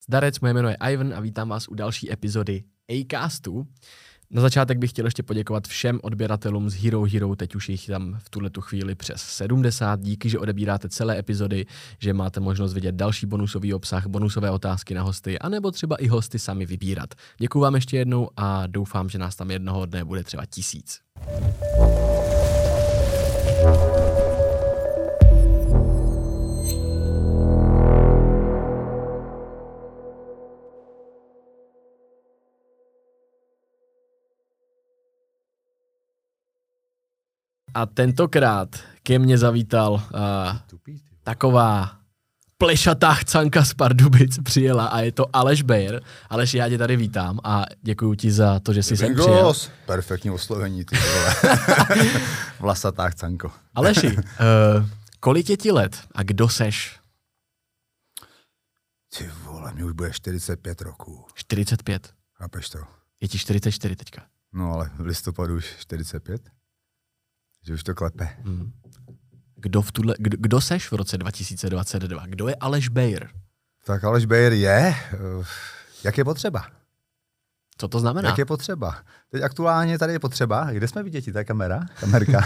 Zdarec, moje jméno je Ivan a vítám vás u další epizody Acastu. Na začátek bych chtěl ještě poděkovat všem odběratelům z Hero Hero, teď už jich tam v tuhletu chvíli přes 70. Díky, že odebíráte celé epizody, že máte možnost vidět další bonusový obsah, bonusové otázky na hosty, anebo třeba i hosty sami vybírat. Děkuju vám ještě jednou a doufám, že nás tam jednoho dne bude třeba 1000. A tentokrát ke mně zavítal taková plešatá chcanka z Pardubic přijela a je to Aleš Beyer. Aleš, já tě tady vítám a děkuju ti za to, že jsi sem přijel. Perfektní oslovení, ty vole. Vlasatá chcanko. Aleši, kolik je ti let a kdo seš? Ty vole, mi už bude 45 roků. 45? Chápeš to? Je ti 44 teďka. No ale v listopadu už 45. Že už to klepe. Kdo seš v roce 2022? Kdo je Aleš Beyer? Tak Aleš Beyer je, jak je potřeba. Co to znamená? Jak je potřeba. Teď aktuálně tady je potřeba. Kde jsme vidět? To je kamerka.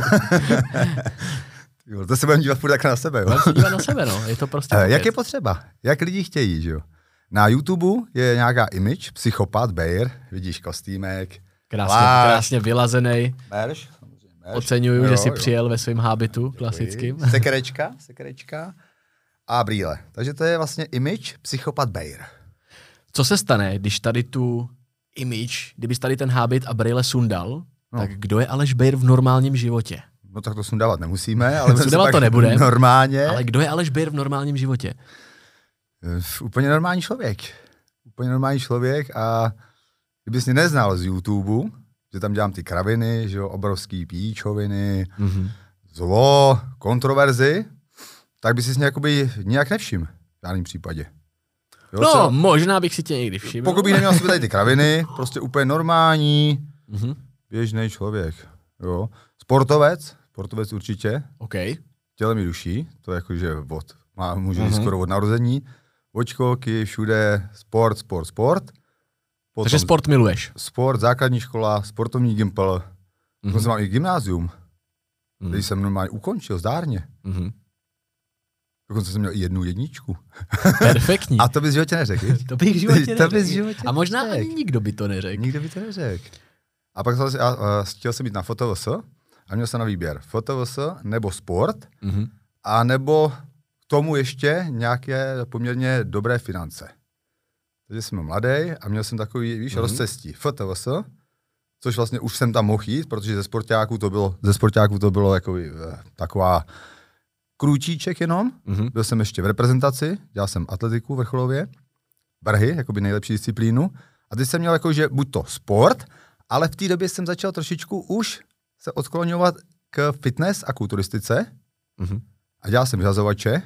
To se budeme dívat furt tak na sebe. Jo? Budeme se dívat na sebe, no. Je to prostě jak je potřeba. Jak lidi chtějí, že jo. Na YouTube je nějaká image, psychopat Beyer, vidíš kostýmek. Krásně vylazený. Merš. Oceňuju, že jsi přijel ve svém hábitu klasickým. Sekerečka a brýle. Takže to je vlastně image psychopat Beyer. Co se stane, když tady tu image, kdybys tady ten hábit a brýle sundal, tak kdo je Aleš Beyer v normálním životě? No tak to sundávat nemusíme, ale sundávat to nebude. Normálně. Ale kdo je Aleš Beyer v normálním životě? Úplně normální člověk. Úplně normální člověk a kdybys mě neznal z YouTube, že tam dělám ty kraviny, že jo, obrovský píčoviny, zlo, kontroverzi, tak by si mě jakoby nějak nevšiml v žádném případě. Jo, možná bych si tě někdy všiml. Pokud bych neměl sobě tady ty kraviny, prostě úplně normální, běžný člověk. Jo. Sportovec určitě. Okay. Tělem i duší, to je jakože můžu říct skoro od narození. Očkolky, všude, sport. Potom takže sport miluješ? Sport, základní škola, sportovní gimpl. Dokonce mám i gymnázium, který jsem normálně ukončil zdárně. Dokonce jsem měl i 1 jedničku. Perfektní. A to bys v životě neřekl. To bych v životě neřekl. A možná ani nikdo by to neřekl. Nikdo by to neřekl. A pak chtěl jsem jít na FOTVS a měl jsem na výběr FOTVS nebo sport, a nebo k tomu ještě nějaké poměrně dobré finance. Takže jsem mladý a měl jsem takový, rozcestí FOTVS, což vlastně už jsem tam mohl jít, protože ze sportáků to bylo jako taková krůčíček jenom. Byl jsem ještě v reprezentaci, dělal jsem atletiku vrcholově, vrhy, jakoby nejlepší disciplínu. A teď jsem měl jako, že buď to sport, ale v té době jsem začal trošičku už se odkloňovat k fitness a kulturistice. A dělal jsem vyhazovače.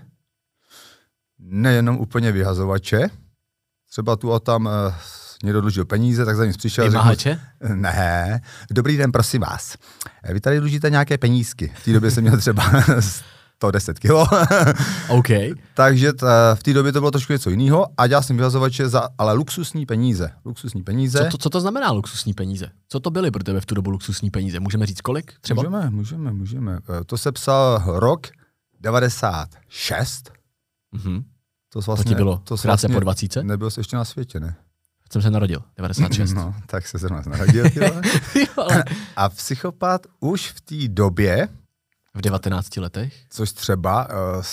Nejenom úplně vyhazovače. Třeba tu a tam někdo dlužil peníze, tak za ním přišel. Vymahače? Ne. Dobrý den, prosím vás. Vy tady dlužíte nějaké penízky. V té době jsem měl třeba 110 kilo. OK. Takže v té době to bylo trošku něco jiného a dělal jsem vyhazovače za ale luxusní peníze. Co to znamená luxusní peníze? Co to byly pro tebe v tu dobu luxusní peníze? Můžeme říct kolik třeba? Můžeme. To se psal rok 96. To ti bylo krátce po 20? Nebyl jsi ještě na světě, ne? Jsem se narodil, 96. No, tak se zrovna narodil. A psychopat už v té době, v 19 letech? Což třeba,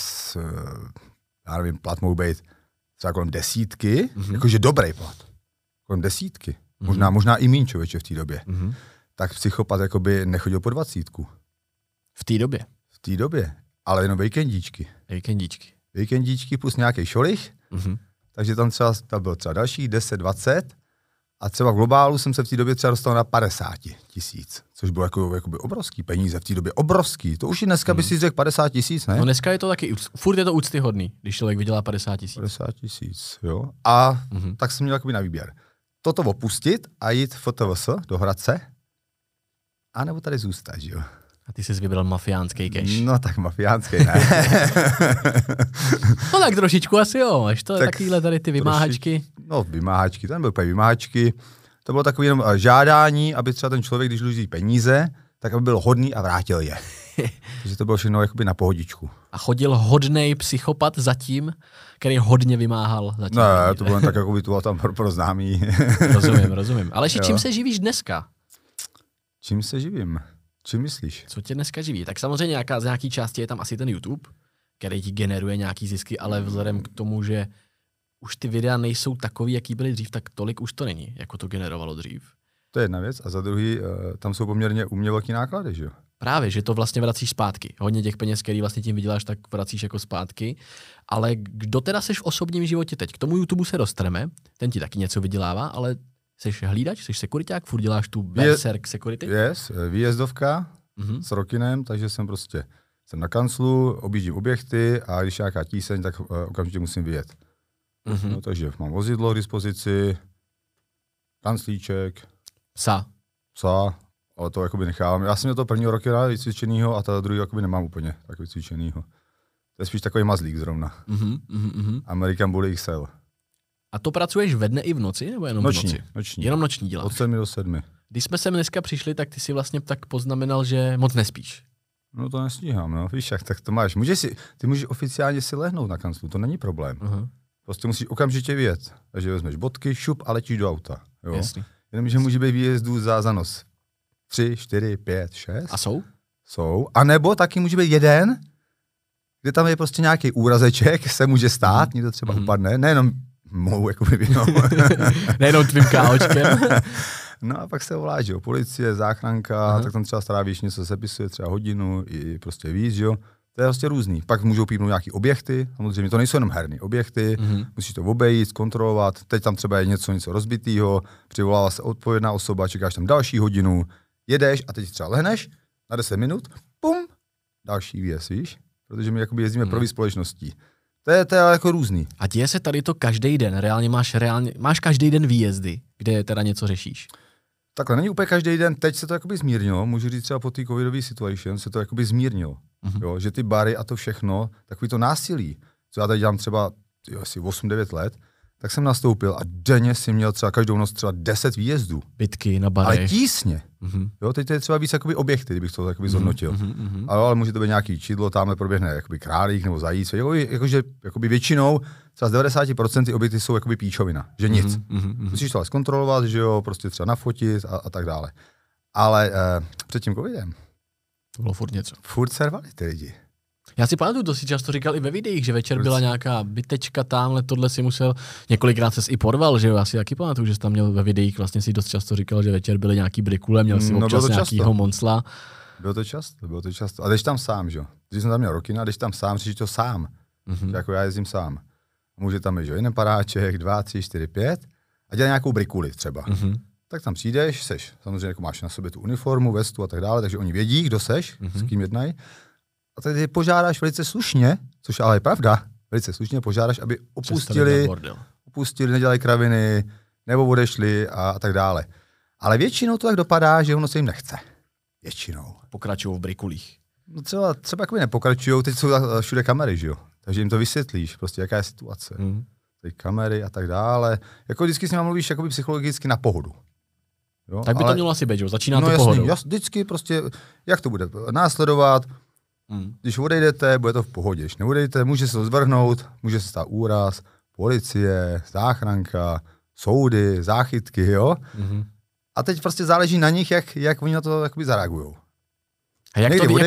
já nevím, plat mohl být třeba kolem 10, jakože dobrý plat. Kolem 10. Možná i míň člověče v té době. Tak psychopat jakoby nechodil po 20. V té době? V té době, ale jenom víkendíčky. Víkendíčky plus nějaký šolich, takže tam bylo třeba další 10, 20 a třeba v globálu jsem se v té době třeba dostal na 50 000, což bylo jakoby obrovský peníze v té době, obrovský. To už i dneska by si řekl 50 000, ne? No dneska je to taky, furt je to úctyhodný, když člověk vydělá 50 000. 50 000, jo. A tak jsem měl jakoby na výběr. Toto opustit a jít FOTVS do Hradce, anebo tady zůstat, jo. A ty jsi vybral mafiánský cash. No tak mafiánský ne. No tak trošičku asi jo, až to je takovýhle tady ty vymáhačky. No, vymáhačky, to nebyly úplně vymáhačky. To bylo takové jenom žádání, aby třeba ten člověk, když dluží peníze, tak aby byl hodný a vrátil je. Takže to bylo všechno jakoby na pohodičku. A chodil hodnej psychopat zatím, který hodně vymáhal zatím. Ne, to bylo tak, jako by to bylo tam pro známý. Rozumím. Ale ještě čím se živíš dneska? Čím se živím? Čím myslíš? Co tě dneska živí? Tak samozřejmě z nějaký části je tam asi ten YouTube, který ti generuje nějaký zisky, ale vzhledem k tomu, že už ty videa nejsou takový, jaký byly dřív, tak tolik už to není, jako to generovalo dřív. To je jedna věc. A za druhý, tam jsou poměrně u mě velký náklady, že jo? Právě, že to vlastně vracíš zpátky. Hodně těch peněz, který vlastně tím vyděláš, tak vracíš jako zpátky. Ale kdo teda seš v osobním životě teď? K tomu YouTube se dostaneme, ten ti taky něco vydělává, ale seš hlídač, seš sekuriťák, furt děláš tu berserk security? Yes, výjezdovka s Rokinem, takže jsem na kanclu, objíždím objekty a když je nějaká tíseň, tak okamžitě musím vyjet. No, takže mám vozidlo k dispozici, kanclíček, psa, ale to jakoby nechávám. Já jsem měl to prvního roky vycvičenýho a ta druhý jakoby nemám úplně tak vycvičenýho. To je spíš takový mazlík zrovna. American Bully XL. A to pracuješ ve dne i v noci, nebo jenom v noci? Noční. Jenom noční děláš. Od 7 do 7. Když jsme sem dneska přišli, tak ty si vlastně tak poznamenal, že moc nespíš. No to nestíhám, no. Víš, jak tak to máš. Ty můžeš oficiálně si lehnout na kanclu, to není problém. Prostě musíš okamžitě vyjet. Takže vezmeš bodky, šup a letíš do auta. Jo? Jasný. Jenomže může být výjezdů za nos 3, 4, 5, 6. A jsou? Jsou. A nebo taky může být jeden, kde tam je prostě nějaký úrazeček, se může stát, někdo třeba upadne, nejenom mou, jakoby vinou. Nejenom tvým káočkem. No a pak se volá, že jo, policie, záchranka, tak tam třeba strávíš něco, sepisuje třeba hodinu i prostě víc, že jo. To je prostě různý. Pak můžou pípnout nějaký objekty, samozřejmě to nejsou jenom herní objekty, musíš to obejít, zkontrolovat, teď tam třeba je něco rozbitýho, přivolává se odpovědná osoba, čekáš tam další hodinu, jedeš a teď třeba lehneš na 10 minut, pum, další výjezd, víš? Protože my jakoby jezdíme pro společností. To je jako různý. A děje se tady to každý den, máš každý den výjezdy, kde teda něco řešíš? Takhle, není úplně každý den, teď se to jakoby zmírnilo, můžu říct třeba po té covidové situation se to jakoby zmírnilo, jo, že ty bary a to všechno, takový to násilí, co já tady dělám třeba asi 8-9 let, tak jsem nastoupil a denně si měl třeba každou noc třeba 10 výjezdů. Bitky na barech. Ale tísně. Jo, teď to je třeba víc jakoby objekty, kdybych to jakoby zhodnotil. Ale může to být nějaký čidlo, tamhle proběhne jakoby králík nebo zajíc, jakože jakoby většinou třeba z 90% ty objekty jsou jakoby píčovina, že nic. Musíš to ale zkontrolovat, že jo, prostě třeba nafotit a tak dále. Ale před tím covidem to bylo furt něco. Furt se rvali ty lidi. Já si pamatuju, to si často říkal i ve videích, že večer byla nějaká bytečka tamhle, tohle si musel, několikrát ses i porval, že jo, já si taky pamatuju, že jsi tam měl ve videích, vlastně si dost často říkal, že večer byly nějaký brikule, měl si občas nějakýho monsla. Bylo to často. A jdeš tam sám, že jo. Když jsem tam měl Rokina, jdeš tam sám, řešíš to sám. Jako já jezdím sám. Může tam být, že jeden paráček, 2, 3, 4, 5 a dělá nějakou brikuli třeba. Tak tam přijdeš, seš, samozřejmě jako máš na sobě tu uniformu, vestu a tak dále, takže oni vědí, kdo seš, s kým jednají. A tady požádáš velice slušně, což ale je pravda, velice slušně požádáš, aby opustili, nedělají kraviny, nebo odešli a tak dále. Ale většinou to tak dopadá, že ono se jim nechce. Většinou. Pokračují v brikulích. No třeba jakoby nepokračují, teď jsou všude kamery, že jo. Takže jim to vysvětlíš, prostě jaká je situace. Ty kamery a tak dále. Jako vždycky s nimi mluvíš jakoby psychologicky na pohodu. Jo? Tak by to mělo asi být, že? Začíná to pohodou. Vždycky prostě, jak to bude následovat. Když odejdete, bude to v pohodě. Když neodejdete, může se to zvrhnout, může se stát úraz, policie, záchranka, soudy, záchytky, jo? A teď prostě záleží na nich, jak oni na to zareagují. A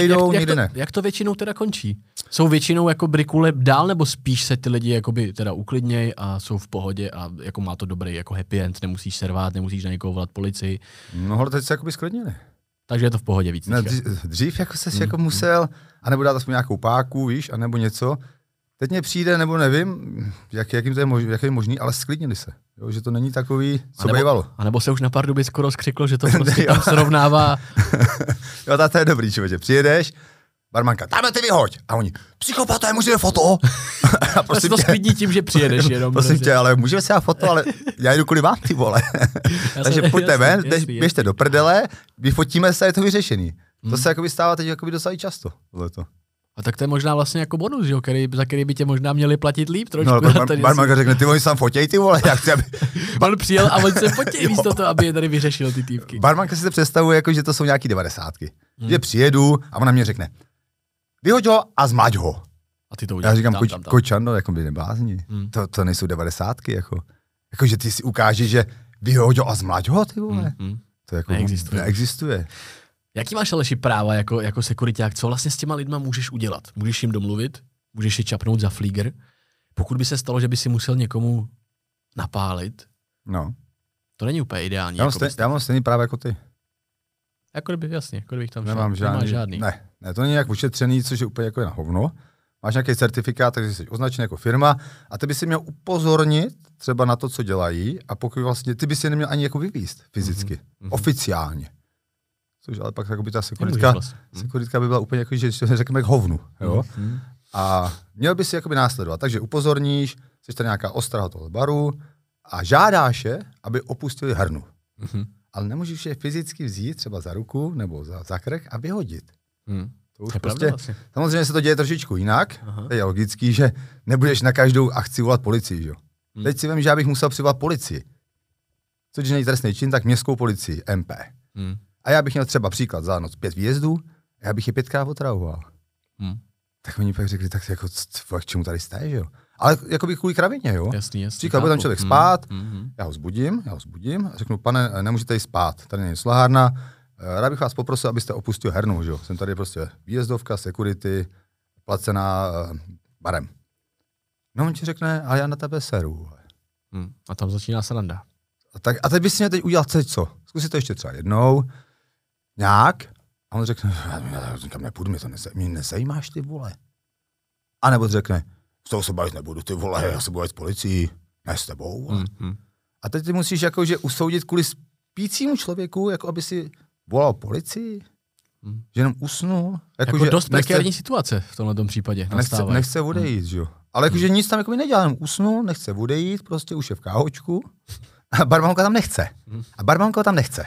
jak to většinou teda končí? Jsou většinou jako brikule dál, nebo spíš se ty lidi jakoby teda uklidnějí a jsou v pohodě a jako má to dobrý jako happy end, nemusíš se rvát, nemusíš na někoho volat policii? No ale teď se jakoby sklidnili. Takže je to v pohodě víc. Ne, dřív jako ses jako musel, anebo dát aspoň nějakou páku, víš, anebo něco. Teď mě přijde, nebo nevím, jak je možný, ale sklidnili se. Jo, že to není takový, co bývalo. A nebo se už na Pardubic skoro skřiklo, že to prostě tam srovnává. Jo, to je dobrý, člověče. Přijedeš, barmanka, tamhle ty vyhoď. A oni, psychopaté, můžeme foto? A prosím to sklidní tím, že přijedeš jenom. Prosím tě, ale můžeme si dát foto, ale já jdu kvůli vám, ty vole. Takže pojďte ven, běžte do prdele, vyfotíme se a je to vyřešený. To se jakoby stává teď jakoby docela často. Tohleto. A tak to je možná vlastně jako bonus, jo, za který by tě možná měli platit líp trošku. No, barman řekne, ty oni sám fotěj, ty vole, já chci, aby... On přijel a on se fotěj místo toho, aby je tady vyřešil ty týpky. Barmanka si to představuje, jako, že to jsou nějaký 90. Že přijedu a ona mě řekne, vyhoď ho a zmaď ho. A ty to uděláš. Já říkám, kočando, jako by neblázni. To nejsou 90. jako že ty si ukážeš, že vyhoď ho a zmaď ho, ty vole. To jako neexistuje. Jaký máš Aleši práva jako sekuriťák? Co vlastně s těma lidma můžeš udělat? Můžeš jim domluvit? Můžeš je čapnout za flíger? Pokud by se stalo, že by si musel někomu napálit, no. To není úplně ideální. Já mám stejný práva jako ty. Jako kdybych tam nemám žádný. Ne, to není nějak ošetřený, což je úplně jako na hovno. Máš nějaký certifikát, takže jsi označený jako firma a ty by si měl upozornit třeba na to, co dělají a pokud vlastně, ty by si neměl ani jako vyvízt fyzicky, oficiálně. Což ale pak by ta sekuritka by byla úplně jako, že řekneme k hovnu, jo? A měl by si jakoby následovat, takže upozorníš, jsi tady nějaká ostraha toho baru a žádáš je, aby opustili hernu. Ale nemůžeš je fyzicky vzít třeba za ruku nebo za krk a vyhodit. To už prostě, vlastně. Samozřejmě se to děje trošičku jinak, to je logický, že nebudeš na každou akci volat policii, že? Teď si vím, že já bych musel přivolat policii. Což není trestný čin, tak městskou policii, MP. A já bych měl třeba příklad za noc 5 výjezdů, a já bych je 5krát otravoval. Tak oni pak řekli, tak jako, k čemu tady jste, že jo? Ale jakoby kvůli kravině, jo? Jasný. Příklad, bude tam člověk spát, já ho zbudím a řeknu, pane, nemůžete jít spát, tady není slahárna, rád bych vás poprosil, abyste opustil hernu, že jo? Jsem tady prostě výjezdovka, security, placená barem. No on ti řekne, ale já na tebe seru. A tam začíná sranda. A teď bys si mě teď udělal co? Zkusit to ještě třeba jednou, nějak, a on řekne, já říkám, nepůjdu, mě nezajímáš, ty vole. A nebo řekne, s tou se bavit nebudu, ty vole, já se budu bavit s policií, ne s tebou. A teď ty musíš jakože usoudit kvůli spícímu člověku, jako aby si volal policii, že jenom usnul. Jako dost prekérní situace v tomhle případě. Nechce odejít, že jo. Ale jakože nic tam jako nedělá, jenom usnul, nechce odejít, prostě už je v káhočku. A barmanka tam nechce.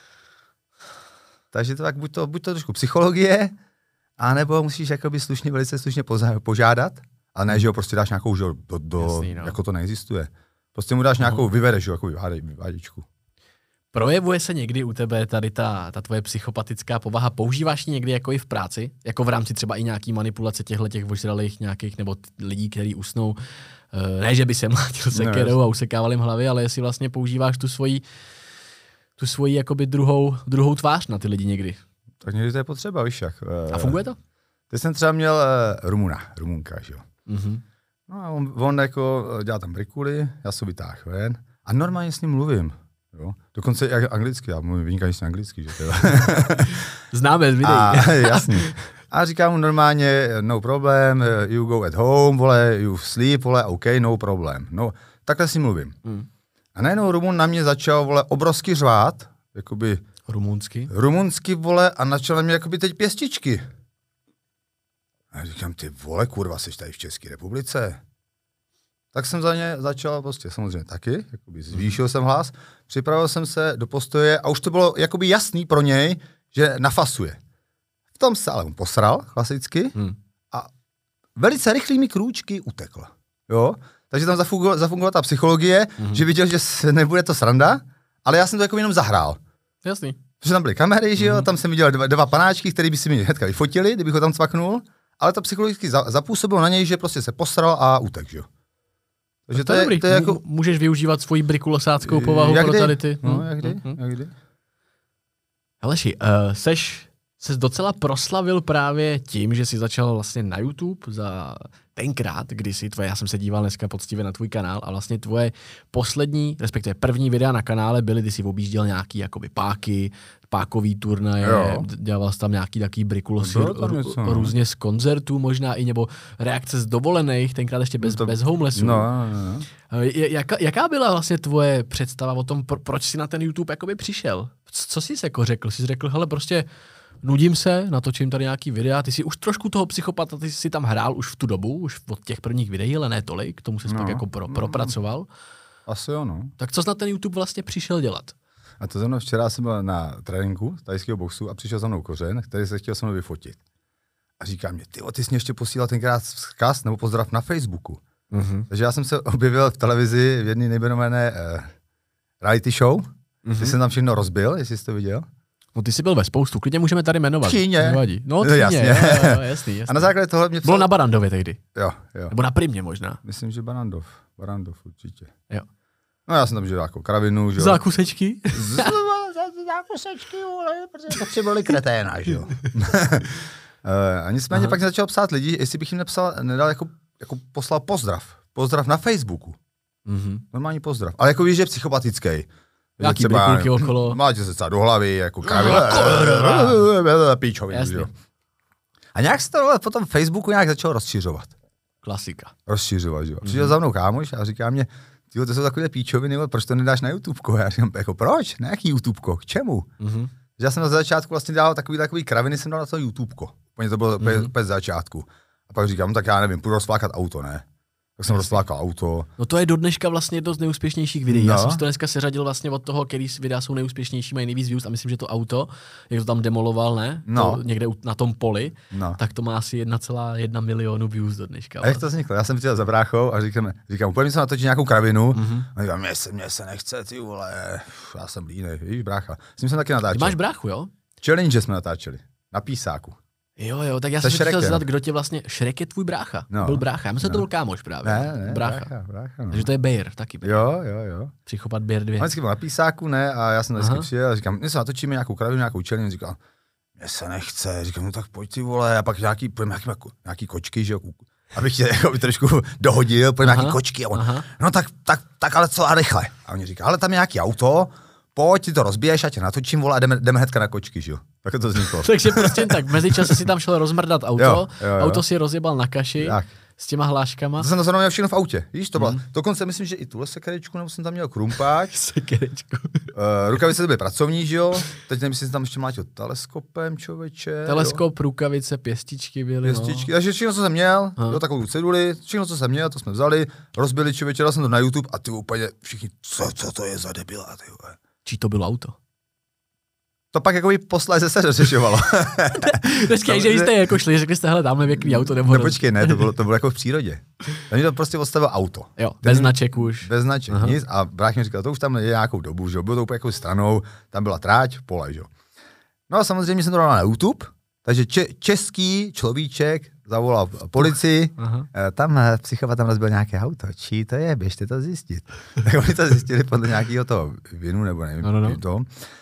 Takže to tak buď to trošku psychologie, anebo musíš jakoby velice slušně požádat, ale ne, že ho prostě dáš nějakou, že Jasný, no. Jako to neexistuje. Prostě mu dáš nějakou vyvedeš, jako vyváděčku. Projevuje se někdy u tebe tady ta tvoje psychopatická povaha? Používáš ji někdy jako i v práci? Jako v rámci třeba i nějaký manipulace těchto ožralých nějakých nebo lidí, kteří usnou? Ne, že by se mlátil sekerou a usekával jim hlavy, ale jestli vlastně používáš tu svoji jakoby druhou tvář na ty lidi někdy. Tak někdy to je potřeba, víš jak. A funguje to? Teď jsem třeba měl Rumunka, že jo. No a on jako dělá tam brikuly, já se vytáhl ven a normálně s ním mluvím. Jo? Dokonce i anglicky, já mluvím vynikající anglicky, že to Známe z videí. Jasný. A říkám mu normálně, no problem, you go at home, vole, you sleep, vole, OK, no problem. No, takhle si mluvím. A najednou Rumun na mě začal, vole, obrovsky řvát, jakoby... Rumunsky, vole, a začal na mě jakoby teď pěstičky. A já říkám, ty vole, kurva, jsi tady v České republice. Tak jsem za ně začal prostě samozřejmě taky, jakoby zvýšil jsem hlas, připravil jsem se do postoje a už to bylo jakoby jasný pro něj, že nafasuje. V tom se ale on posral, klasicky, a velice rychlými krůčky utekl. Jo? Takže tam zafungovala ta psychologie, že viděl, že nebude to sranda, ale já jsem to jako jenom zahrál. Jasný. Protože tam byly kamery, že jo, tam jsem viděl dva panáčky, který by si mi hnedka vyfotili, kdybych ho tam cvaknul, ale to psychologicky zapůsobilo na něj, že prostě se posral a utek, že jo. Takže to je dobrý. To je jako... Můžeš využívat svoji brikulosáckou povahu pro tady ty. No, jak kdy. Aleši, ses docela proslavil právě tím, že jsi začal vlastně na YouTube za tenkrát, kdy si já jsem se díval dneska poctivě na tvůj kanál a vlastně tvoje poslední, respektive první videa na kanále byly, kdy jsi objížděl nějaký jakoby pákový turnaje, dělal jsi tam nějaký takový brikulosy různě z koncertů možná i, nebo reakce z dovolených, tenkrát ještě bez homelessů. No. Jaká byla vlastně tvoje představa o tom, proč jsi na ten YouTube jakoby přišel? Co jsi jako řekl? Jsi řekl, hele, prostě nudím se, natočím tady nějaký videa, ty jsi už trošku toho psychopata, ty jsi tam hrál už v tu dobu, už od těch prvních videí, ale ne tolik, k tomu se pak jako propracoval. Asi jo, no. Tak co jsi na ten YouTube vlastně přišel dělat? A to včera jsem byl na tréninku tajského boxu a přišel za mnou Kořen, který se chtěl se mnou vyfotit. A říká mě, ty jsi mě ještě posílal tenkrát vzkaz nebo pozdrav na Facebooku. Takže já jsem se objevil v televizi v jedné nejmenované reality show, kdy jsem tam všechno rozbil, jestli jsi to viděl. No ty jsi byl ve spoustu, klidně můžeme tady jmenovat. Číně. Nevadí. No Číně, jasně. Jo, jasný. A na základě toho mě psal... Bylo na Barandově tehdy. Jo. Nebo na Primě možná. Myslím, že Barandov určitě. Jo. No já jsem tam žil jako kravinu, že jo. Zákusečky? Zákusečky, protože potřebovali kreténa, že jo. A nicméně pak začal psát lidi, jestli bych jim nedal jako poslal pozdrav na Facebooku. Normální pozdrav, ale jako víš, že je psychopatický. Nějaký brikulky okolo. Máte se třeba do hlavy, jako kravina. Píčovinu, že jo. A nějak se to potom Facebooku nějak začalo rozšiřovat. Klasika. Rozšiřovat, že jo. Přišel za mnou kámoš a říká mě, to jsou takové píčoviny, proč to nedáš na YouTubeko? Já říkám, jako proč? Na jaký YouTubeko? K čemu? Že já jsem na začátku vlastně dával takový kraviny, jsem dal na to YouTubeko. Úplně to bylo úplně z začátku. A pak říkám, no tak já nevím, půjdu rozflákat auto, ne? Tak jsem rozflákal auto. No to je do dneška vlastně jedno z nejúspěšnějších videí. No. Já jsem si to dneska seřadil vlastně od toho, který videa jsou nejúspěšnější, mají nejvíc views a myslím, že to auto, jak to tam demoloval, ne? No. To někde na tom poli, no. Tak to má asi 1,1 milionu views do dneška. A jak to vzniklo? Já jsem přijel za bráchou a říkám, úplně jsem natočit nějakou kravinu. A říkám, mně se nechce, ty vole, já jsem línej, víš, brácha. S ním jsem taky natáčel. Ty máš bráchu, jo? Challenge jsme natáčeli, na Písáku. Jo, tak já jsem chtěl zdat, kdo tě vlastně... Šrek je tvůj brácha. No. Byl brácha. Já myslím, že to byl kámoš právě. Ne, brácha no. Takže to je Bayer, taky. Jo. Psychopat Bayer 2. On vždycky byl na Písáku, ne, a já jsem vždycky přijel a říkám, my se natočíme nějakou kravinu, nějakou challenge, říkal, mně se nechce, říkám, no tak pojď ty vole, a pak nějaký kočky, že jo, abych tě jako trošku dohodil, pojď nějaký kočky a on, no tak ale co a rychle. A oni říká, ale tam je nějaký auto, pojď, ty to rozbiješ, a tě natočím, vole, a jdeme hnedka na kočky, že jo. Tak to vzniklo. Takže prostě tak, v mezičase si tam šel rozmrdat auto, jo. Auto si rozjebal na kaši s těma hláškama. To jsem to zrovna měl všechno v autě, víš, to bylo. Dokonce myslím, že i tuhle sekerečku, nebo jsem tam měl krumpáč. Sekerečku. Rukavice to byly pracovní, že jo. Teď nevím, jestli jsem tam ještě mlátil teleskopem, člověče. Teleskop, rukavice, pěstičky byly, pěstičky. Takže všechno, co jsem měl, jo, takovou ceduli, všechno, co jsem měl, to jsme vzali, rozbili, člověče, dal jsem to na YouTube a ty úplně všichni, co to je za debila, ty vole. Čí to bylo auto? To pak jako by posléze se rozřešovalo. Dneska, že jste jako šli, řekli jste, hele, dáme věklý auto nebo... No počkej, ne, to bylo jako v přírodě. Tam to prostě odstavil auto. Jo, bez značek už. Bez značek, nic. A brách mi říkal, to už tam je nějakou dobu, že jo, bylo to úplně jako stranou, tam byla tráť, pole, že jo. No a samozřejmě jsem to dal na YouTube, takže český človíček zavolal policii, tam psychopat tam rozbil nějaké auto, čí to je, běžte to zjistit. Tak oni to zjistili podle nějakého toho vinu, nebo nevím, toho.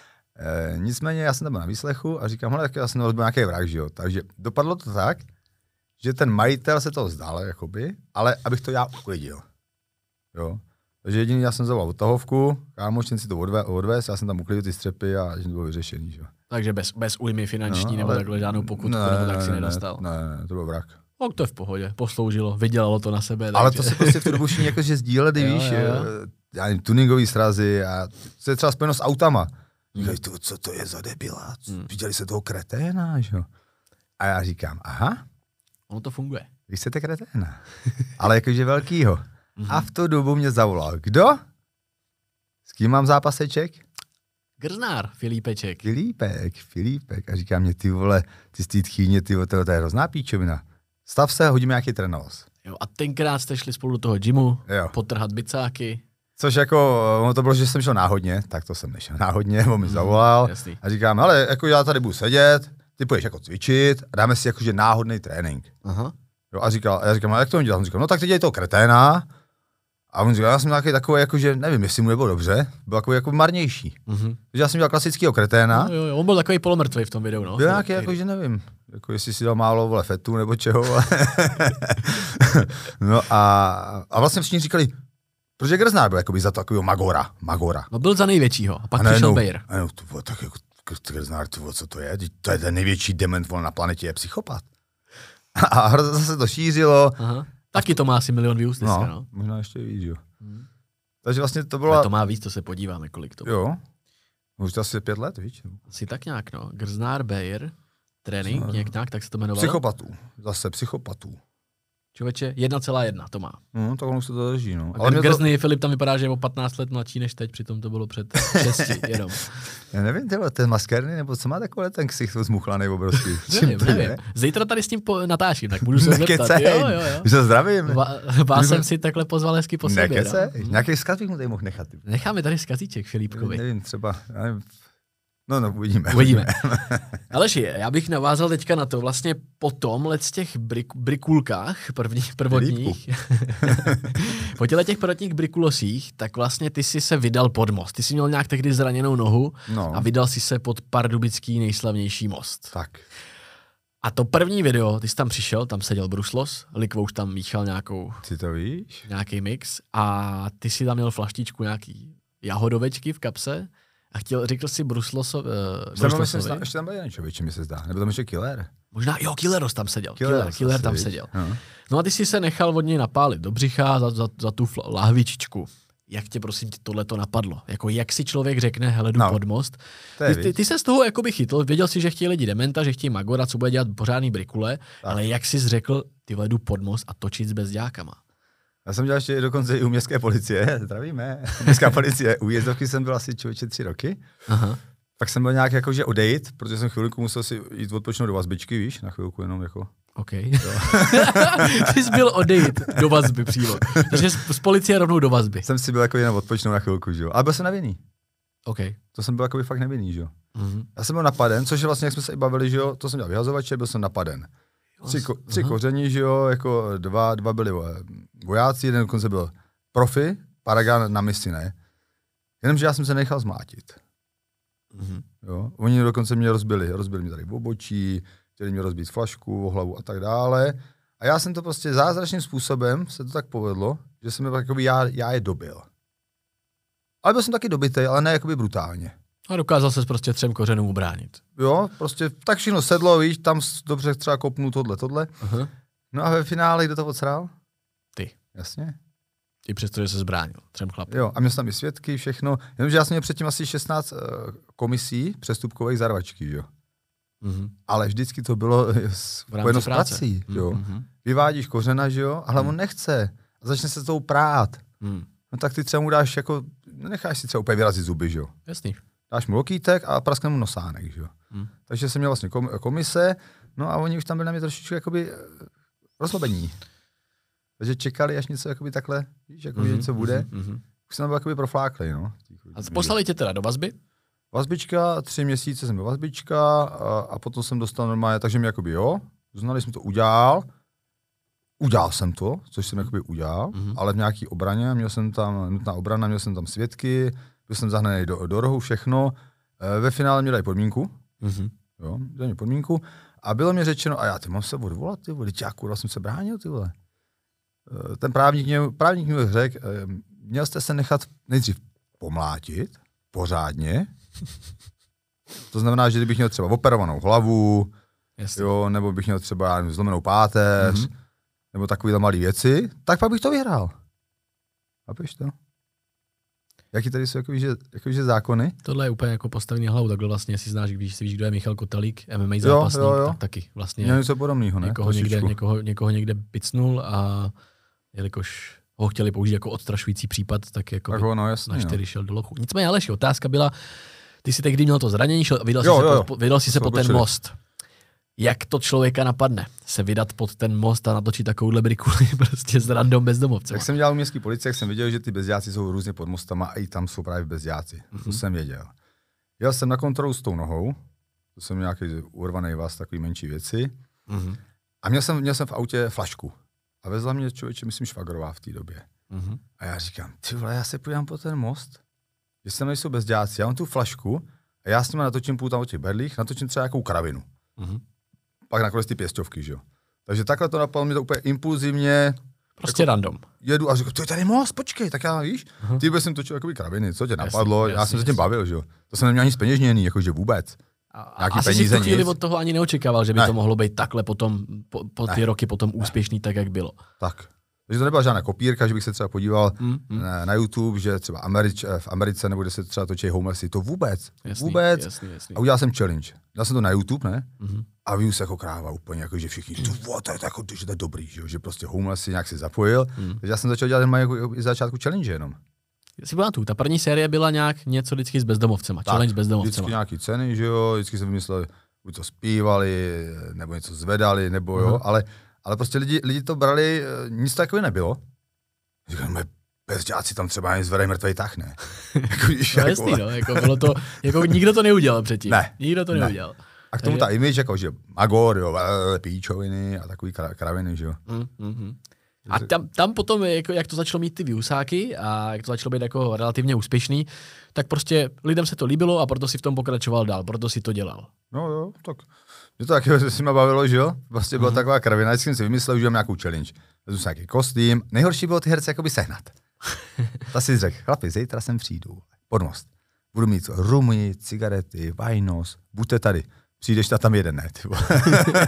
Nicméně já jsem tam byl na výslechu a říkám, hele, tak já jsem rozbil nějaký vrah, že jo. Takže dopadlo to tak, že ten majitel se toho vzdal, jakoby, ale abych to já uklidil. Jo. Takže jediný, já jsem zavolal odtahovku, kámoš, ten si to odvez, já jsem tam uklidil ty střepy a že to bylo vyřešený, že jo. Takže bez újmy finanční nebo takhle žádnou pokutku, nebo tak si nedostal. Ne, to byl vrah. No, to je v pohodě, posloužilo, vydělalo to na sebe. Ale to se prostě v tu dobu všichni jakože sdíleli, víš, já nevím, tuningový srazy a to je třeba spojeno s autama. Říkají, co to je za debila? Viděli se toho kreténa, že jo? A já říkám, aha. Ono to funguje. Vy chcete kreténa. Ale jakože velkýho. A v tu dobu mě zavolal. Kdo? S kým mám zápaseček? Grznár, Filipeček. Filipek. A říká mě, ty vole, ty z té tchýně, ty vole, to je hrozná píčovina. Stav se, hodíme nějaký trénovos. Jo, a tenkrát jste šli spolu do toho gymu, potrhat bicáky. Což jako, ono to bylo, že jsem šel náhodně, tak to jsem nešel náhodně, on mi zavolal a říkám, ale jako já tady budu sedět, ty půjdeš jako cvičit a dáme si jakože náhodný trénink. Jo, a já říkám, ale jak to on dělal? On říkal, no tak teď dělej toho kreténa. A on říkal, já jsem nějaký takový, jakože, nevím, jestli mu nebylo dobře, byl takový jako marnější. Takže já jsem dělal klasického kreténa. Jo, on byl takový polomrtvý v tom videu, no. Byl nějaký, jakože nevím, jako jestli si dal málo, vole, fetu nebo čeho. No a vlastně všichni říkali, protože Grznár byl jakoby za takového Magora. No byl za největšího a pak přišel Bayer. Ano, tak jako Grznár, co to je? To je ten největší dement na planetě, je psychopat. A zase to šířilo. Taky to má asi 1 milion views dneska, no. Možná ještě víc, jo. Takže vlastně to bylo... Ale to má víc, to se podíváme, kolik to bylo. Jo. Možná asi 5 let, víš? Asi tak nějak, no. Grznár, Bayer, trénink, nějak, tak se to jmenovalo. Psychopatů. Člověče, 1,1 to má. No, tak ono se to drží, no. Ale Grzný Filip tam vypadá, že je o 15 let mladší než teď, přitom to bylo před 6 jenom. Já nevím, ten maskerný, nebo co má takové ten ksicht zmuchlaný obrovský. Nevím. Zítra tady s tím natáčím, tak můžu se zeptat. Jo. Už se zdravím. Vás jsem si takhle pozval hezky po sobě. Nekece? Nějaký vzkaz bych mu tady mohl nechat. Necháme tady vzkazíček Filipkovi. Nevím, třeba, no, uvidíme. Aleši, já bych navázal teďka na to, vlastně po tomhle z těch brikulkách prvotních, po těch prvotních brikulosích, tak vlastně ty jsi se vydal pod most. Ty jsi měl nějak tehdy zraněnou nohu a vydal jsi se pod Pardubický nejslavnější most. Tak. A to první video, ty jsi tam přišel, tam seděl Bruslos, Likvouš tam míchal nějaký mix a ty si tam měl flaštičku nějaký jahodovečky v kapse. A řekl si Bruslosovi. Ještě tam byl jeden člověk, mi se zdá. Nebo tam ještě Killer. Možná, Killeros tam seděl. Killer tam seděl. No a ty jsi se nechal od něj napálit do břicha za tu lahvičičku. Jak tě, prosím, tohleto napadlo? Jako jak si člověk řekne, hele, jdu pod most. Ty se z toho jakoby chytl, věděl si, že chtějí lidi dementa, že chtějí magora, co bude dělat pořádný brikule, ale jak jsi řekl, ty jdu pod most a točit s bezďákama? Já jsem dělal ještě dokonce i u městské policie, zdravíme, městská policie, u Jezdovky jsem byl asi člověče 3 roky. Aha. Tak jsem byl nějak jakože odejít, protože jsem chvilku musel si jít odpočnout do vazbičky, víš, na chvilku jenom jako. OK. Ty jsi byl odejít do vazby přímo. Takže z policie rovnou do vazby. Jsem si byl jako jenom odpočnout na chvilku, že jo. Ale byl jsem nevinný. OK. To jsem byl jako fakt nevinný, že jo. Já jsem byl napaden, což je vlastně, jak jsme se i bavili, že jo, to jsem dělal vyhazovače, byl jsem napaden. 3 koření, že jo, jako dva byli vojáci, jeden dokonce byl profi, Paragan na misi, ne. Jenomže já jsem se nechal zmátit. Jo? Oni dokonce mě rozbili mě tady v obočí, chtěli mě rozbít flašku, o hlavu a tak dále. A já jsem to prostě zázračným způsobem, se to tak povedlo, že jsem já je dobil. Ale byl jsem taky dobitej, ale ne jakoby brutálně. A dokázal ses prostě 3 kořenům ubránit. Jo, prostě tak všechno sedlo, víš, tam dobře třeba kopnu tohle. No a ve finále kdo to odsral? Ty. Jasně. I přesto, že se zbránil 3 chlapům. Jo, a měl jsem tam i svědky, všechno. Jenomže já jsem měl předtím asi 16 komisí přestupkových za rvačky, jo. Ale vždycky to bylo spojeno s prací, jo. Vyvádíš kořena, že jo, ale on nechce. A začne se s tou prát. No tak ty třeba mu dáš jako, necháš si třeba úplně vyrazit zuby, že jo. Jasný. Dáš mu lokýtek a praskne mu nosánek, že jo. Takže jsem měl vlastně komise, no a oni už tam byli na mě trošičku jakoby rozlobení. Takže čekali, až něco jakoby takhle, víš, jakoby něco bude. Už jsem byl jakoby profláklej, no. A poslali tě teda do vazby? Vazbička, 3 měsíce jsem byl vazbička a potom jsem dostal normálně, takže mi jakoby uznali jsme to, udělal jsem to, což jsem jakoby udělal, ale v nějaký obraně, měl jsem tam nutná obrana, měl jsem tam svědky, byl jsem zahnaný do rohu, všechno. Ve finále mě dají podmínku, jo, dají mě podmínku a bylo mi řečeno, a já ty mám se odvolat, ty vole, já kurva jsem se bránil, ty vole. Ten právník mi řekl, měl jste se nechat nejdřív pomlátit, pořádně. To znamená, že kdybych měl třeba operovanou hlavu, jo, nebo bych měl třeba zlomenou páteř, nebo takovýhle malý věci, tak pak bych to vyhrál. Chápeš to? Jaký tady jsou jakože zákony? Tohle je úplně jako postavený hlavu, takhle vlastně, jestli znáš, když si víš, kdo je Michal Kotelík, MMA zápasník, jo. Tak taky vlastně. Měl něco podobného, ne? Někoho někde picnul a jelikož ho chtěli použít jako odstrašující případ, tak jako naštěry šel do lochu. Nicméně, Aleši, otázka byla, ty jsi tehdy měl to zranění, vydal si se pod ten most. Jak to člověka napadne se vydat pod ten most a natočit takovouhle brikuli prostě s random bezdomovcem? Jak jsem dělal u městské policie, jak jsem viděl, že ty bezděláci jsou různě pod mostama a i tam jsou právě bezděláci. To jsem věděl. Jel jsem na kontrolu s tou nohou, to jsem nějaký urvaný vás, takový menší věci. A měl jsem v autě flašku. A vezla mě člověče, myslím, švagrová v té době. A já říkám, ty vole, já se podívám po ten most, že sem nejsou bezděláci, já mám tu flašku a já s nimi natočím půl tam o těch berlích, natočím třeba nějakou kravinu. Pak nakonec ty pěstovky, že jo. Takže takhle to napadlo mě to úplně impulzivně. Prostě jako random. Jedu a říkám, to je tady most, počkej, tak já víš. Ty jsem točil jakoby kraviny, co tě napadlo, já jsem se tím bavil, že jo. To jsem neměl ani zpeněžněný, jakože vůbec. Nějaký asi peníze, si v tu chvíli od toho ani neočekával, že by to mohlo být takhle potom, po ty roky potom úspěšný, tak jak bylo. Tak. Takže to nebyla žádná kopírka, že bych se třeba podíval na YouTube, že třeba v Americe nebo kde se třeba točí homelessy, to vůbec. Jasný. A udělal jsem challenge. Dal jsem to na YouTube, ne? a vyjus jako kráva úplně, jako že všichni, to je dobrý, že prostě homeless si nějak si zapojil. Takže já jsem začal dělat jako i začátku challenge jenom. Si pamatuju, ta první série byla nějak něco vždycky s bezdomovcema, challenge s bezdomovcema. Vždycky nějaký ceny, že jo, vždycky jsem vymyslel, buď to zpívali, nebo něco zvedali, nebo jo, ale prostě lidi to brali, nic takového nebylo. Říkám, bezďáci tam třeba ani zvedají mrtvej tah, ne? Jako, no jasný, no, jako bylo to, jako nikdo to neudělal předtím. Ne. Nikdo to neudělal. A k tomu ta image, jako že magor, jo, píčoviny a takový kraviny, že jo. A tam potom, jako, jak to začalo mít ty viewsáky a jak to začalo být jako relativně úspěšný, tak prostě lidem se to líbilo a proto si v tom pokračoval dál, proto si to dělal. No jo, tak mě to taky si mě bavilo, že jo. Prostě byla taková kravina, vždycky jsem si vymyslel, že mám nějakou challenge. Vezmu si nějaký kostým. Nejhorší bylo ty herce jakoby sehnat. Ta si řekl, chlapi, zítra sem přijdu, pod most. Budu mít rumy, cigarety, vajnos, buďte tady. Přijdeš tam jeden, ne, ty vole.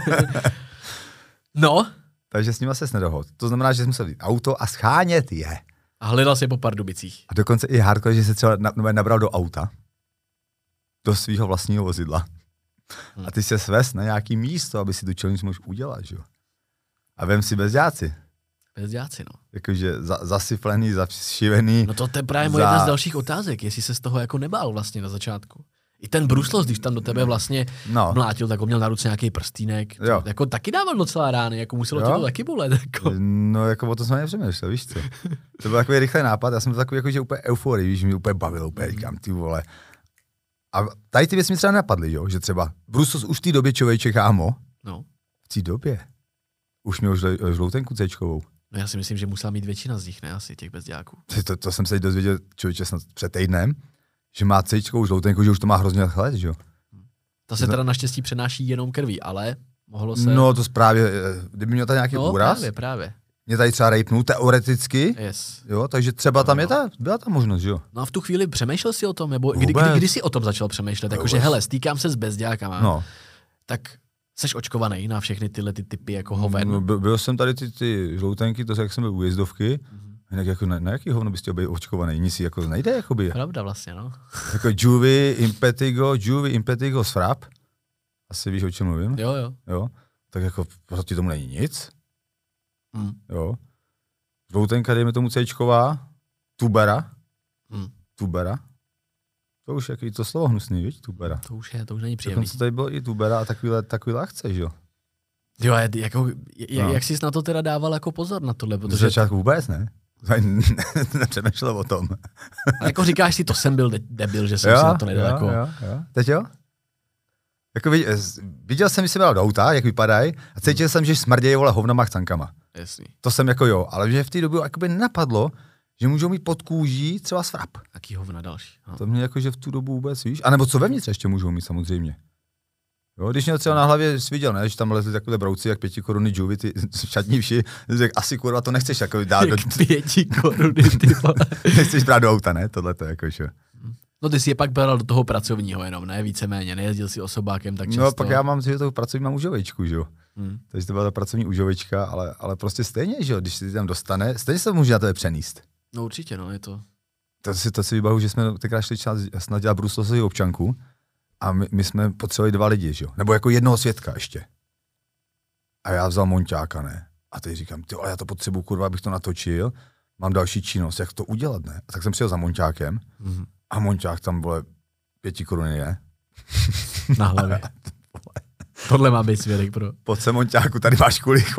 No. Takže s nima ses nedohod. To znamená, že jsem musel jít auto a schánět je. A hledal si po Pardubicích. A dokonce i hardcore, že se třeba nabral do auta, do svého vlastního vozidla. A ty se svez na nějaký místo, aby si tu challenge mohl udělat, že jo. A vem si bezďáci. Bezďáci, no. Jakože zasyflený, zašivený. No to je právě moje jedna z dalších otázek, jestli se z toho jako nebál vlastně na začátku. I ten Bruslos, když tam do tebe vlastně mlátil, tak on měl na ruce nějaký prstínek. Jako taky dával docela rány, jako muselo tě to taky bolet. Jako. No jako o tom jsem nepřemýšlel, víš co. To byl takový rychlý nápad, já jsem to takový jako, že úplně euforii, víš, mě úplně bavil, úplně říkám, ty vole. A tady ty věci mi třeba napadly, jo, že třeba Bruslos už v té době člověče, kámo, v té době už měl žloutenku C-čkovou. No já si myslím, že musela mít většina z nich, ne asi těch bezděláků. To jsem se dozvěděl člověče snad před týdnem, že má C-čkovou žloutenku, že už to má hrozně let, že jo. Ta se teda naštěstí přenáší jenom krví, ale mohlo se... No to právě, kdyby měl tady nějaký úraz, právě. Mě tady třeba rejpnul teoreticky, yes. Jo, takže třeba tam byla ta možnost, jo. No a v tu chvíli přemýšlel jsi o tom, nebo kdy jsi o tom začal přemýšlet, jakože hele, stýkám se s bezdělákama, tak seš očkovaný na všechny tyhle ty typy jako hoven. No, byl jsem tady ty žloutenky, to jak jsem byl u jezdovky, jinak jako na jaký hovno bys chtěl být očkovaný, nic si jako nejde, jakoby. Pravda vlastně, no. Jako Juvie, Impetigo, Sfrap, asi víš, o čem mluvím? Jo. Tak jako proti tomu není nic. Jo. Žloutenka, dejme tomu C-čková, Tubera. To už jaký to slovo hnusný, víš, Tubera. To už není příjemný. Dokonce tady bylo i Tubera a takovýhle akce, že jo. Jo, jako, jak jsi na to teda dával jako pozor na tohle? Protože... začátku vůbec ne. Nepřemýšlel o tom. A jako říkáš si, to jsem byl debil, že jsem si na to nedal. Jako... Jo. Teď jo? Jako viděl jsem, když jsem byl do auta, jak vypadají, a cítil jsem, že smrdějí vole hovnama chcankama. Jasný. To jsem jako jo, ale že v té době jakoby nenapadlo, že můžou mít pod kůží třeba svrap. Taký hovna další. To mě jako, že v tu dobu vůbec, víš? A nebo co vevnitř ještě můžou mít samozřejmě. Jo, když měl třeba na hlavě, jsi viděl, ne, že tam lezli takové brouci, jak 5 koruny Juvie, ty šatní vši, řekl, asi kurva to nechceš jako dát do... 5 koruny, ty vole. Nechceš brát do auta, ne, tohleto jako, že. No ty si je pak bral do toho pracovního jenom, ne, víceméně, nejezdil si osobákem tak často. No pak já mám, že to pracovní mám užovečku, že jo. Takže to byla ta pracovní užovečka, ale prostě stejně, že jo, když si tam dostane, stejně se může na tebe přenést. No určitě, no, je to. To si vybavu, že jsme tenkrát šli snad dělat Bruslosovou občanku a my jsme potřebovali 2 lidi, že jo, nebo jako jednoho svědka ještě. A já vzal monťáka, ne. A teď říkám, ty, ale já to potřebuji, kurva, abych to natočil, mám další činnost, jak to udělat, ne. A tak jsem přijel za monťákem. A monťák tam bylo 5 koruny, ne? Na hlavě. Tohle má být svědek, pro. Pojď se, monťáku, tady máš kulich.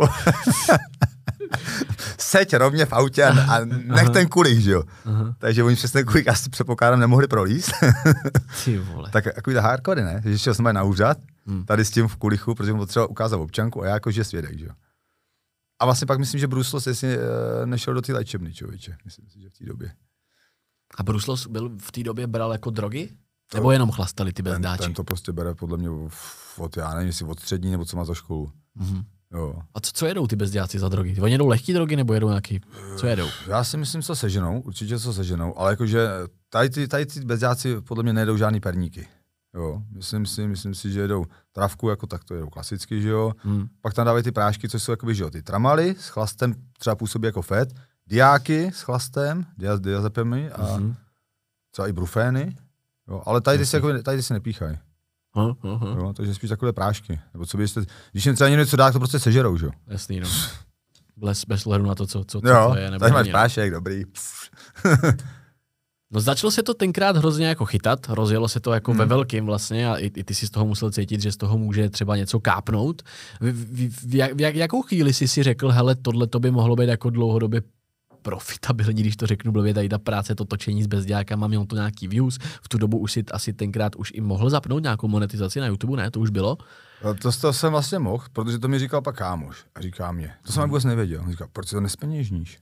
Seď rovně v autě a nech ten kulich, že jo? Takže oni přes ten kulich asi předpokládám nemohli prolízt. Ty vole. Tak takový hardcore, ne? Že šel jsem na úřad, tady s tím v kulichu, protože mu potřeba ukázat občanku a já jakože svědek, že jo? A vlastně pak myslím, že Bruslos nešel do té léčebny, člověče. Myslím si, že v té době. A Bruslos byl v té době bral jako drogy? Nebo jenom chlastali ty bezdáči? Ten to prostě bere podle mě já nevím, jestli od střední, nebo co má za školu. Jo. A co jedou ty bezděláci za drogy? Oni jedou lehké drogy, nebo jedou nějaký? Co jedou? Já si myslím, co seženou, určitě co seženou, ale jakože tady ty bezděláci podle mě nejedou žádný perníky. Jo, myslím si, že jedou travku, jako tak to jedou klasicky, že jo. Pak tam dávají ty prášky, což jsou jakoby, že jo, ty tramaly s chlastem třeba působí jako fet, diáky s chlastem, diazepamy a třeba i brufény, jo, ale tady ty si nepíchají. Jo, takže spíš takové prášky. Nebo co byste, když jim třeba něco dá, to prostě sežerou, že jo? Jasný, no. Bez hledu na to, co to je. Nebo tady máš prášek, dobrý. No začalo se to tenkrát hrozně jako chytat, rozjelo se to jako ve velkým vlastně a i ty si z toho musel cítit, že z toho může třeba něco kápnout. V jakou chvíli jsi si řekl, hele, tohle to by mohlo být jako dlouhodobě profitabilní, když to řeknu blbě, tady ta práce, to točení s bezdělákama, mělo to nějaký views, v tu dobu už si asi tenkrát už i mohl zapnout nějakou monetizaci na YouTube, ne? To už bylo? To jsem vlastně mohl, protože to mi říkal pak kámoš a říká mě, to jsem vůbec nevěděl, on říkal, proč si to nespeněžníš?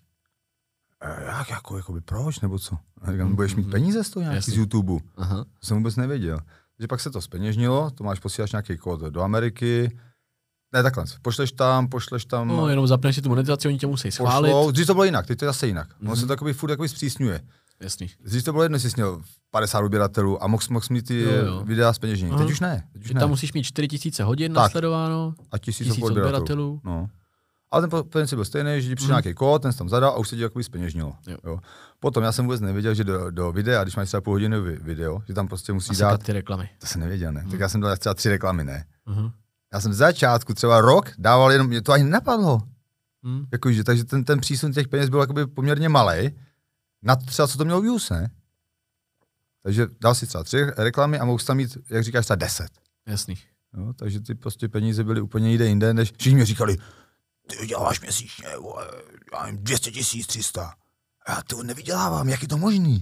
Jakoby proč, nebo co? A říkám, budeš mít peníze z toho nějaký z YouTube? Aha. To jsem vůbec nevěděl. Takže pak se to zpeněžnilo, to máš posílat nějaký kód do Ameriky, ne takhle, pošleš tam. No, jenom zapneš si tu monetizaci, oni tě musí schválit. Dřív to bylo jinak, teď to je zase jinak. Ono se to furt zpřísňuje. Jasný. Dřív to bylo jedno, jsi měl 50 odběratelů a mohl mít ty videa zpeněžení. Teď už ne. Tam musíš mít 4000 hodin nasledováno a 1000 odběratelů. No. Ale ten princip byl stejný, že ti přijde nějaký kód, ten jsi tam zadal a už se ti jakoby zpeněžnilo. Jo. Potom já jsem vůbec nevěděl, že do videa, když máš třeba půlhodinové video, že tam prostě musí dát ty reklamy. To jsem nevěděl, ne? Tak já jsem dal třeba 3 reklamy, ne? Já jsem v začátku třeba rok dával jenom, mě to ani nenapadlo. Jakože, takže ten přísun těch peněz byl jakoby poměrně malej, na to třeba co to mělo views, ne? Takže dal si třeba 3 reklamy a mohl tam mít, jak říkáš, třeba 10. Jasný. Jo, takže ty prostě peníze byly úplně jinde, než všichni mi říkali, ty děláš měsíčně, já nevím, 200 300. Já to nevydělávám, jak je to možný?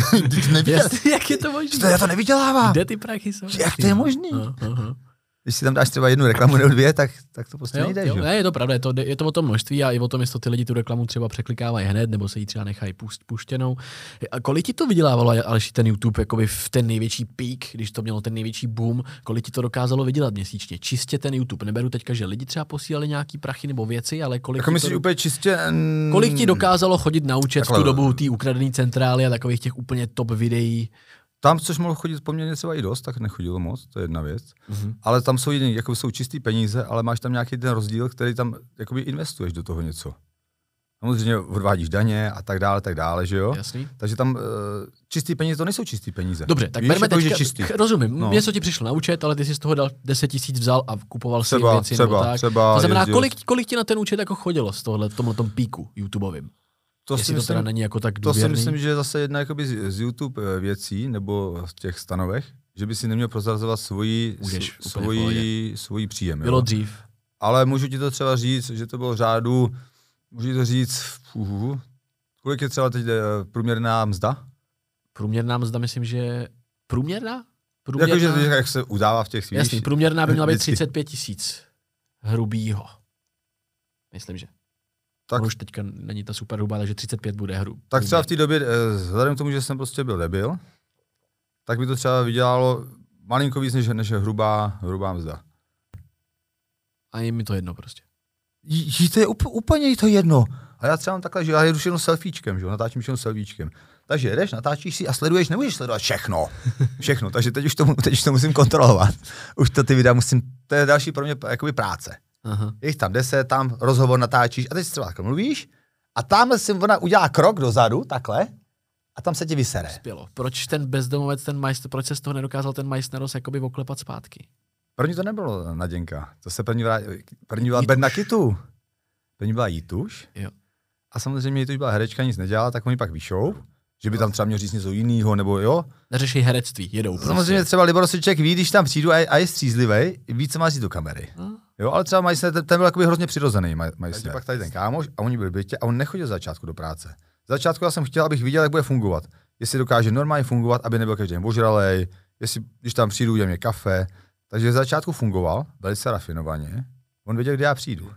Jak je to možný? Já to nevydělávám. Kde ty prachy jsou? Jak to je možný? Když si tam dáš třeba 1 reklamu nebo 2, tak to prostě nejde. Jo? Ne, je to pravda, je to o tom množství a i o tom, jestli ty lidi tu reklamu třeba překlikávají hned, nebo se ji třeba nechají puštěnou. A kolik ti to vydělávalo, Aleši, ten YouTube jakoby v ten největší peak, když to mělo ten největší boom, kolik ti to dokázalo vydělat měsíčně? Čistě ten YouTube. Neberu teďka, že lidi třeba posílali nějaký prachy nebo věci, ale kolik jako myslíš úplně čistě... Kolik ti dokázalo chodit na účet v tu dobu té ukradené centrály a takových těch úplně top videí? Tam, což mohlo chodit poměrně třeba i dost, tak nechodilo moc, to je jedna věc. Ale tam jsou jiný, jako jsou čistý peníze, ale máš tam nějaký ten rozdíl, který tam jakoby investuješ do toho něco. Samozřejmě odvádíš daně a tak dále, že jo? Jasný. Takže tam čistý peníze, to nejsou čistý peníze. Dobře, tak berme teďka, rozumím, něco ti přišlo na účet, ale ty jsi z toho dal 10 000 vzal a kupoval si věci nebo tak. To znamená, kolik ti na ten účet jako chodilo z tomhletom píku YouTubeovým? Jestli to teda není jako tak důvěrný. To si myslím, že je zase jedna jakoby z YouTube věcí, nebo v těch stanovech, že by si neměl prozrazovat svůj příjem. Bylo dřív. Ale můžu ti to třeba říct, že to bylo v řádu, můžu to říct, kolik je třeba teď průměrná mzda? Průměrná mzda, myslím, že... Průměrná? Jakože jak se udává v těch svých... Jasný, průměrná by měla být 35 000 hrubýho. Myslím, že. Tak už teďka není ta super hrubá, takže 35 bude hrubý. Tak třeba v té době, vzhledem k tomu, že jsem prostě byl debil, tak by to třeba vydělalo malinko víc než hrubá mzda. A je mi to jedno prostě. To je úplně to jedno. A já třeba mám takhle, že já jedu jenom selfiečkem, že jo, natáčím jenom selfiečkem. Takže jedeš, natáčíš si a sleduješ, nemůžeš sledovat všechno. Všechno, takže teď už to musím kontrolovat. Už to ty videa musím, to je další pro mě jakoby práce. Aha. Je tam 10, tam rozhovor natáčíš a teď si třeba takhle mluvíš a tam si ona udělá krok dozadu, takhle, a tam se ti vysere. Spělo. Proč ten bezdomovec, proč se z toho nedokázal ten Majsneros jakoby oklepat zpátky? První to nebylo Naděnka, to se první byla Berna Kitu. První byla Jituš. Jo. A samozřejmě Jituš byla herečka, nic nedělala, tak oni pak vyšou, že by tam třeba měl říct něco jiného, nebo jo. Neřeší herectví, jedou prostě. Samozřejmě třeba Libor Rosiček ví, když tam přijdu a je střízlivej, ví, co má říct do kamery. Jo, ale třeba ten byl takový hrozně přirozený Majsner. Pak tady ten kámoš a oni byli v bytě a on nechodil z začátku do práce. Z začátku já jsem chtěl, abych viděl, jak bude fungovat. Jestli dokáže normálně fungovat, aby nebyl každý den ožralej, jestli když tam přijdu, udělám kafe. Takže z začátku fungoval velice rafinovaně. On věděl, kde já přijdu.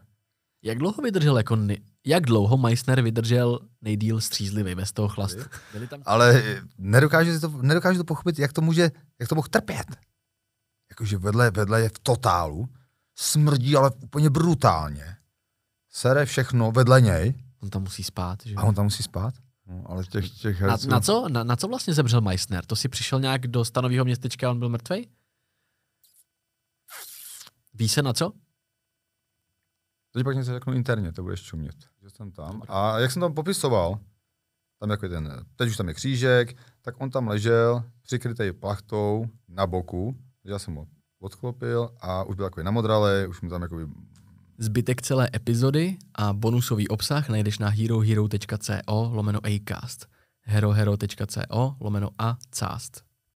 Jak dlouho Majsner vydržel nejdýl střízlivý bez toho chlastu? Ale nedokážu to pochopit, jak to mohl trpět. Jakože vedle je v totálu, smrdí, ale úplně brutálně. Sere všechno vedle něj. On tam musí spát, že? A on tam musí spát? No, ale těch herců... Na co vlastně zemřel Majsner? To si přišel nějak do stanového městečka a on byl mrtvej? Ví se na co? Teď pak něco řeknu interně, to budeš čumět. Že jsem tam. A jak jsem tam popisoval, tam jako teď už tam je křížek, tak on tam ležel, přikrytej plachtou na boku, já jsem ho odchlopil a už byl takový namodralej, už mu tam jakoby... Zbytek celé epizody a bonusový obsah najdeš na herohero.co/acast. herohero.co/acast.